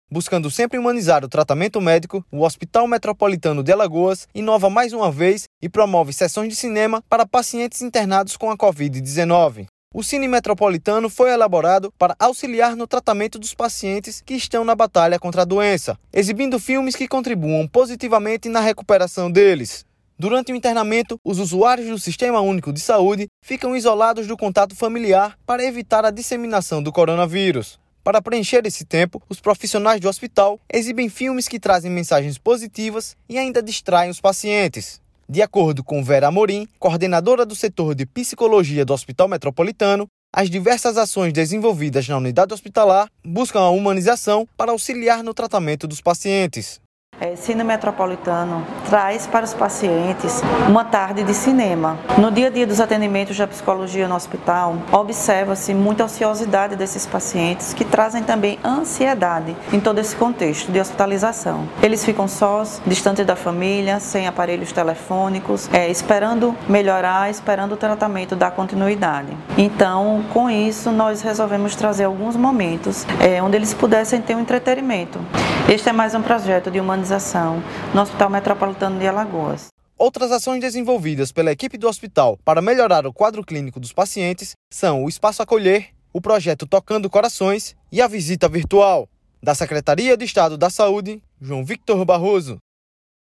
Buscando sempre humanizar o tratamento médico, o Hospital Metropolitano de Alagoas inova mais uma vez e promove sessões de cinema para pacientes internados com a Covid-19. O Cine Metropolitano foi elaborado para auxiliar no tratamento dos pacientes que estão na batalha contra a doença, exibindo filmes que contribuam positivamente na recuperação deles. Durante o internamento, os usuários do Sistema Único de Saúde ficam isolados do contato familiar para evitar a disseminação do coronavírus. Para preencher esse tempo, os profissionais do hospital exibem filmes que trazem mensagens positivas e ainda distraem os pacientes. De acordo com Vera Amorim, coordenadora do setor de psicologia do Hospital Metropolitano, as diversas ações desenvolvidas na unidade hospitalar buscam a humanização para auxiliar no tratamento dos pacientes. Cine Metropolitano traz para os pacientes uma tarde de cinema. No dia a dia dos atendimentos da psicologia no hospital, observa-se muita ociosidade desses pacientes que trazem também ansiedade em todo esse contexto de hospitalização. Eles ficam sós, distantes da família, sem aparelhos telefônicos, esperando melhorar, esperando o tratamento dar continuidade. Então, com isso, nós resolvemos trazer alguns momentos onde eles pudessem ter um entretenimento. Este é mais um projeto de humanização no Hospital Metropolitano de Alagoas. Outras ações desenvolvidas pela equipe do hospital para melhorar o quadro clínico dos pacientes são o Espaço Acolher, o projeto Tocando Corações e a visita virtual. Da Secretaria de Estado da Saúde, João Victor Barroso.